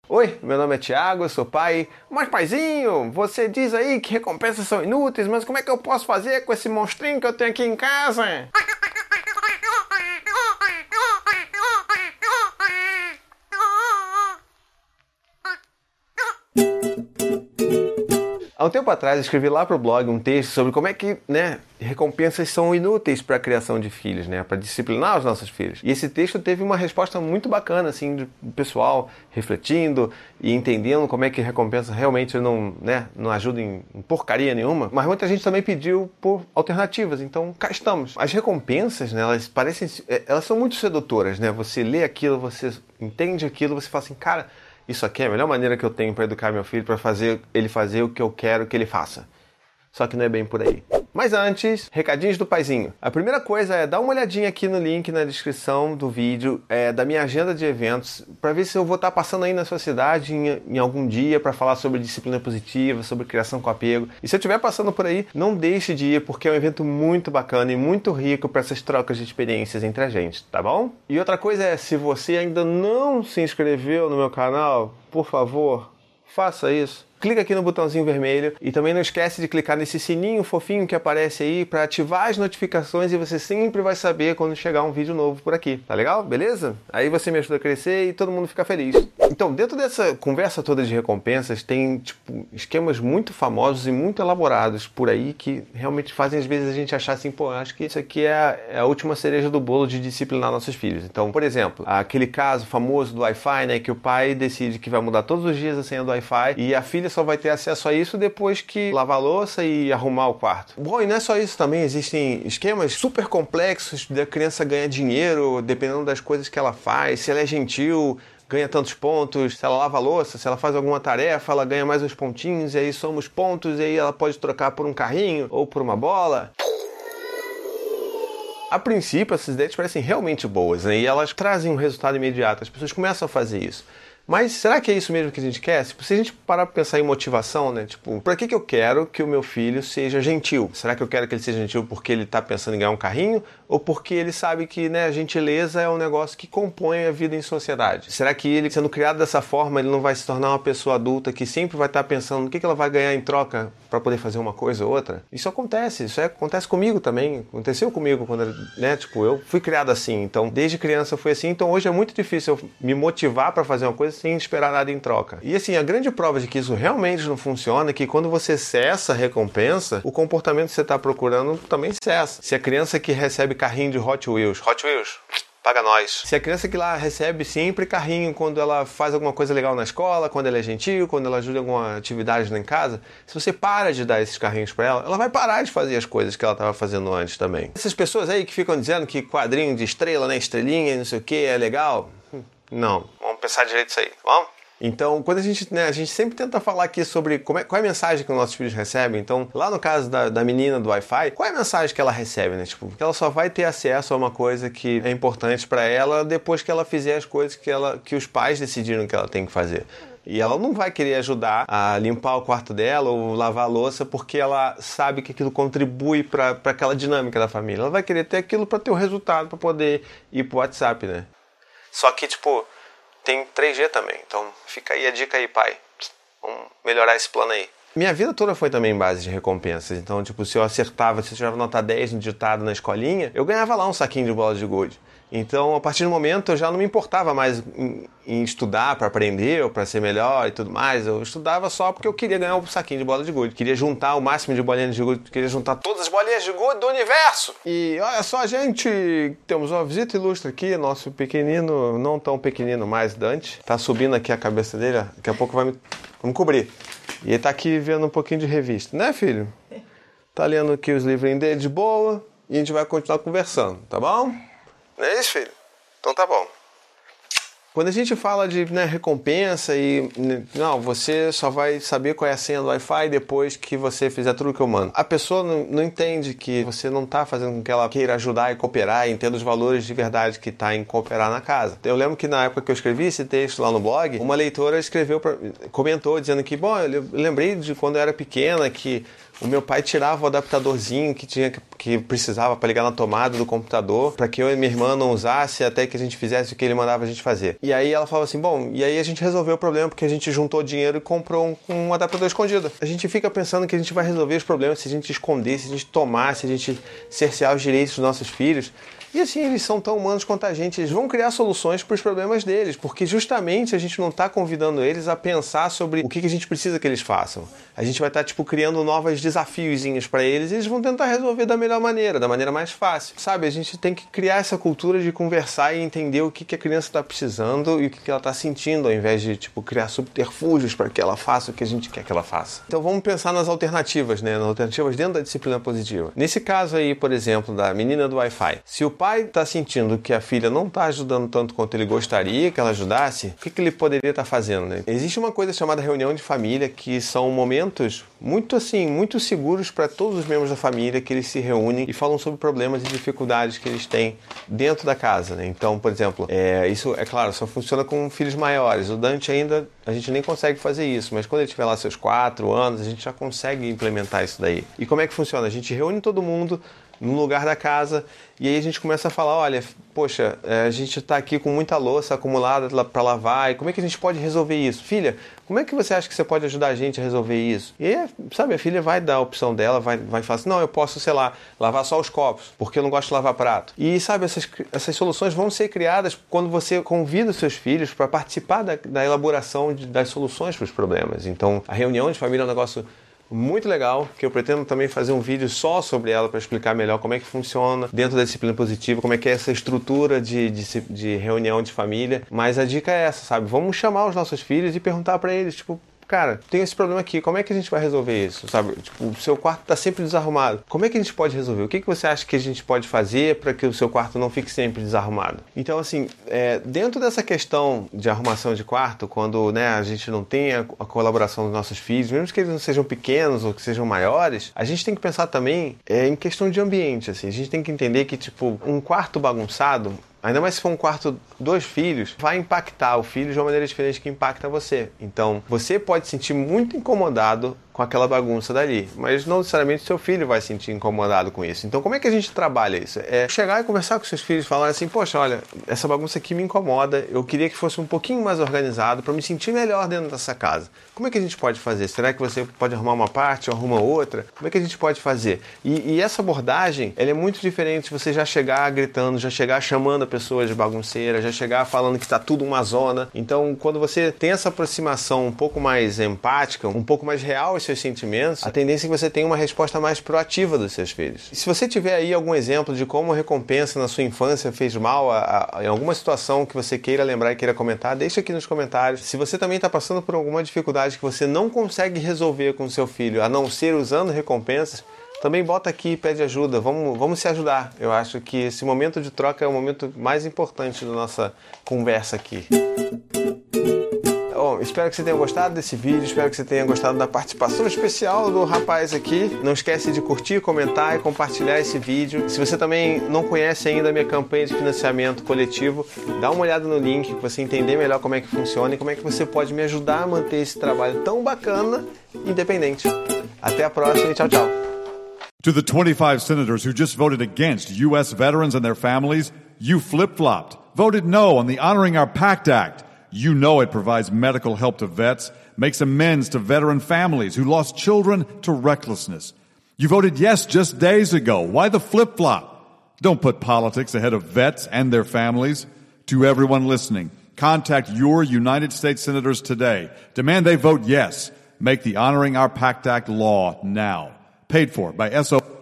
Oi, meu nome é Thiago, eu sou pai. Mas paizinho, você diz aí que recompensas são inúteis, mas como é que eu posso fazer com esse monstrinho que eu tenho aqui em casa? Há um tempo atrás eu escrevi lá pro blog um texto sobre como é que, recompensas são inúteis para a criação de filhos, para disciplinar os nossos filhos. E esse texto teve uma resposta muito bacana, assim, do pessoal refletindo e entendendo como é que recompensa realmente não ajuda em porcaria nenhuma. Mas muita gente também pediu por alternativas, então cá estamos. As recompensas, elas são muito sedutoras, Você lê aquilo, você entende aquilo, você fala assim, cara, isso aqui é a melhor maneira que eu tenho para educar meu filho, para fazer ele fazer o que eu quero que ele faça. Só que não é bem por aí. Mas antes, recadinhos do paizinho. A primeira coisa é dar uma olhadinha aqui no link na descrição do vídeo da minha agenda de eventos, para ver se eu vou estar passando aí na sua cidade em algum dia para falar sobre disciplina positiva, sobre criação com apego. E se eu estiver passando por aí, não deixe de ir, porque é um evento muito bacana e muito rico para essas trocas de experiências entre a gente, tá bom? E outra coisa é, se você ainda não se inscreveu no meu canal, por favor, faça isso. Clica aqui no botãozinho vermelho e também não esquece de clicar nesse sininho fofinho que aparece aí para ativar as notificações e você sempre vai saber quando chegar um vídeo novo por aqui, tá legal? Beleza? Aí você me ajuda a crescer e todo mundo fica feliz. Então, dentro dessa conversa toda de recompensas, tem esquemas muito famosos e muito elaborados por aí que realmente fazem às vezes a gente achar assim, pô, acho que isso aqui é a última cereja do bolo de disciplinar nossos filhos. Então, por exemplo, aquele caso famoso do Wi-Fi, que o pai decide que vai mudar todos os dias a senha do Wi-Fi e a filha só vai ter acesso a isso depois que lavar a louça e arrumar o quarto. Bom, e não é só isso também, existem esquemas super complexos da criança ganhar dinheiro dependendo das coisas que ela faz, se ela é gentil, ganha tantos pontos, se ela lava a louça, se ela faz alguma tarefa, ela ganha mais uns pontinhos, e aí soma os pontos, e aí ela pode trocar por um carrinho ou por uma bola. A princípio, essas ideias parecem realmente boas, e elas trazem um resultado imediato, as pessoas começam a fazer isso. Mas será que é isso mesmo que a gente quer? Se a gente parar para pensar em motivação, para que eu quero que o meu filho seja gentil? Será que eu quero que ele seja gentil porque ele está pensando em ganhar um carrinho? Ou porque ele sabe que a gentileza é um negócio que compõe a vida em sociedade? Será que ele, sendo criado dessa forma, ele não vai se tornar uma pessoa adulta que sempre vai estar pensando no que ela vai ganhar em troca para poder fazer uma coisa ou outra? Isso acontece comigo também. Aconteceu comigo quando, eu fui criado assim. Então, desde criança eu fui assim. Então, hoje é muito difícil eu me motivar para fazer uma coisa sem esperar nada em troca. E assim, a grande prova de que isso realmente não funciona é que quando você cessa a recompensa, o comportamento que você está procurando também cessa. Se a criança que recebe carrinho de Hot Wheels, paga nós. Se a criança que lá recebe sempre carrinho quando ela faz alguma coisa legal na escola, quando ela é gentil, quando ela ajuda em alguma atividade em casa, se você para de dar esses carrinhos para ela, ela vai parar de fazer as coisas que ela estava fazendo antes também. Essas pessoas aí que ficam dizendo que quadrinho de estrela, estrelinha, não sei o que, é legal... Não. Vamos pensar direito isso aí, vamos? Então, quando a gente sempre tenta falar aqui sobre qual é a mensagem que os nossos filhos recebem. Então, lá no caso da menina do Wi-Fi, qual é a mensagem que ela recebe, que ela só vai ter acesso a uma coisa que é importante para ela depois que ela fizer as coisas que os pais decidiram que ela tem que fazer. E ela não vai querer ajudar a limpar o quarto dela ou lavar a louça porque ela sabe que aquilo contribui para aquela dinâmica da família. Ela vai querer ter aquilo para ter o resultado, para poder ir pro WhatsApp, Só que, tem 3G também, então fica aí a dica aí, pai. Vamos melhorar esse plano aí. Minha vida toda foi também em base de recompensas, então, se eu acertava, se eu tirava nota 10 no ditado na escolinha, eu ganhava lá um saquinho de bola de gude. Então, a partir do momento, eu já não me importava mais em estudar para aprender ou para ser melhor e tudo mais. Eu estudava só porque eu queria ganhar um saquinho de bola de gude. Queria juntar o máximo de bolinhas de gude, queria juntar todas as bolinhas de gude do universo. E olha só, gente, temos uma visita ilustre aqui, nosso pequenino, não tão pequenino mais, Dante. Tá subindo aqui a cabeça dele, daqui a pouco vai me cobrir. E ele tá aqui vendo um pouquinho de revista, né, filho? Tá lendo aqui os livrinhos dele de boa e a gente vai continuar conversando, tá bom? Não é isso, filho? Então tá bom. Quando a gente fala de recompensa e... Não, você só vai saber qual é a senha do Wi-Fi depois que você fizer tudo que eu mando. A pessoa não entende que você não está fazendo com que ela queira ajudar e cooperar e entenda os valores de verdade que está em cooperar na casa. Eu lembro que na época que eu escrevi esse texto lá no blog, uma leitora comentou dizendo que, bom, eu lembrei de quando eu era pequena que O meu pai tirava o adaptadorzinho que precisava para ligar na tomada do computador, para que eu e minha irmã não usasse até que a gente fizesse o que ele mandava a gente fazer. E aí ela falava assim, bom, e aí a gente resolveu o problema porque a gente juntou dinheiro e comprou um adaptador escondido. A gente fica pensando que a gente vai resolver os problemas se a gente esconder, se a gente tomar, se a gente cercear os direitos dos nossos filhos. E assim, eles são tão humanos quanto a gente, eles vão criar soluções para os problemas deles, porque justamente a gente não está convidando eles a pensar sobre o que a gente precisa que eles façam. A gente vai estar, criando novos desafiozinhos para eles e eles vão tentar resolver da melhor maneira, da maneira mais fácil. Sabe, a gente tem que criar essa cultura de conversar e entender o que a criança está precisando e o que ela está sentindo, ao invés de, criar subterfúgios para que ela faça o que a gente quer que ela faça. Então vamos pensar nas alternativas, né? Nas alternativas dentro da disciplina positiva. Nesse caso aí, por exemplo, da menina do Wi-Fi, se o pai está sentindo que a filha não está ajudando tanto quanto ele gostaria que ela ajudasse, o que ele poderia estar fazendo, né? Existe uma coisa chamada reunião de família, que são momentos muito seguros para todos os membros da família, que eles se reúnem e falam sobre problemas e dificuldades que eles têm dentro da casa, né? Então, por exemplo, isso, é claro, só funciona com filhos maiores. O Dante ainda, a gente nem consegue fazer isso, mas quando ele tiver lá seus 4 anos, a gente já consegue implementar isso daí. E como é que funciona? A gente reúne todo mundo num lugar da casa e aí a gente começa a falar, olha, poxa, a gente está aqui com muita louça acumulada para lavar, e como é que a gente pode resolver isso? Filha, como é que você acha que você pode ajudar a gente a resolver isso? E aí, sabe, a filha vai dar a opção dela, vai falar assim, não, eu posso, sei lá, lavar só os copos, porque eu não gosto de lavar prato. E sabe, essas soluções vão ser criadas quando você convida os seus filhos para participar da elaboração das soluções para os problemas. Então, a reunião de família é um negócio muito legal, que eu pretendo também fazer um vídeo só sobre ela para explicar melhor como é que funciona dentro da disciplina positiva, como é que é essa estrutura de reunião de família. Mas a dica é essa, sabe? Vamos chamar os nossos filhos e perguntar para eles, cara, tem esse problema aqui, como é que a gente vai resolver isso, sabe? O seu quarto está sempre desarrumado. Como é que a gente pode resolver? O que você acha que a gente pode fazer para que o seu quarto não fique sempre desarrumado? Então, assim, dentro dessa questão de arrumação de quarto, quando, né, a gente não tem a colaboração dos nossos filhos, mesmo que eles não sejam pequenos ou que sejam maiores, a gente tem que pensar também em questão de ambiente, assim. A gente tem que entender que, um quarto bagunçado, ainda mais se for um quarto 2 filhos, vai impactar o filho de uma maneira diferente que impacta você. Então, você pode se sentir muito incomodado com aquela bagunça dali, mas não necessariamente seu filho vai se sentir incomodado com isso. Então, como é que a gente trabalha isso? É chegar e conversar com seus filhos, falar assim, poxa, olha, essa bagunça aqui me incomoda, eu queria que fosse um pouquinho mais organizado para me sentir melhor dentro dessa casa. Como é que a gente pode fazer? Será que você pode arrumar uma parte ou arruma outra? Como é que a gente pode fazer? E essa abordagem, ela é muito diferente de você já chegar gritando, já chegar chamando a pessoa de bagunceira, já chegar falando que está tudo uma zona. Então, quando você tem essa aproximação um pouco mais empática, um pouco mais real aos seus sentimentos, a tendência é que você tenha uma resposta mais proativa dos seus filhos. E se você tiver aí algum exemplo de como a recompensa na sua infância fez mal em alguma situação que você queira lembrar e queira comentar, deixa aqui nos comentários. Se você também está passando por alguma dificuldade que você não consegue resolver com seu filho, a não ser usando recompensas, também bota aqui e pede ajuda, vamos se ajudar. Eu acho que esse momento de troca é o momento mais importante da nossa conversa aqui. Bom, espero que você tenha gostado desse vídeo, espero que você tenha gostado da participação especial do rapaz aqui. Não esquece de curtir, comentar e compartilhar esse vídeo. Se você também não conhece ainda a minha campanha de financiamento coletivo, dá uma olhada no link para você entender melhor como é que funciona e como é que você pode me ajudar a manter esse trabalho tão bacana, independente. Até a próxima e tchau, tchau. To the 25 senators who just voted against U.S. veterans and their families, you flip-flopped, voted no on the Honoring Our Pact Act. You know it provides medical help to vets, makes amends to veteran families who lost children to recklessness. You voted yes just days ago. Why the flip-flop? Don't put politics ahead of vets and their families. To everyone listening, contact your United States senators today. Demand they vote yes. Make the Honoring Our Pact Act law now. Paid for by SO.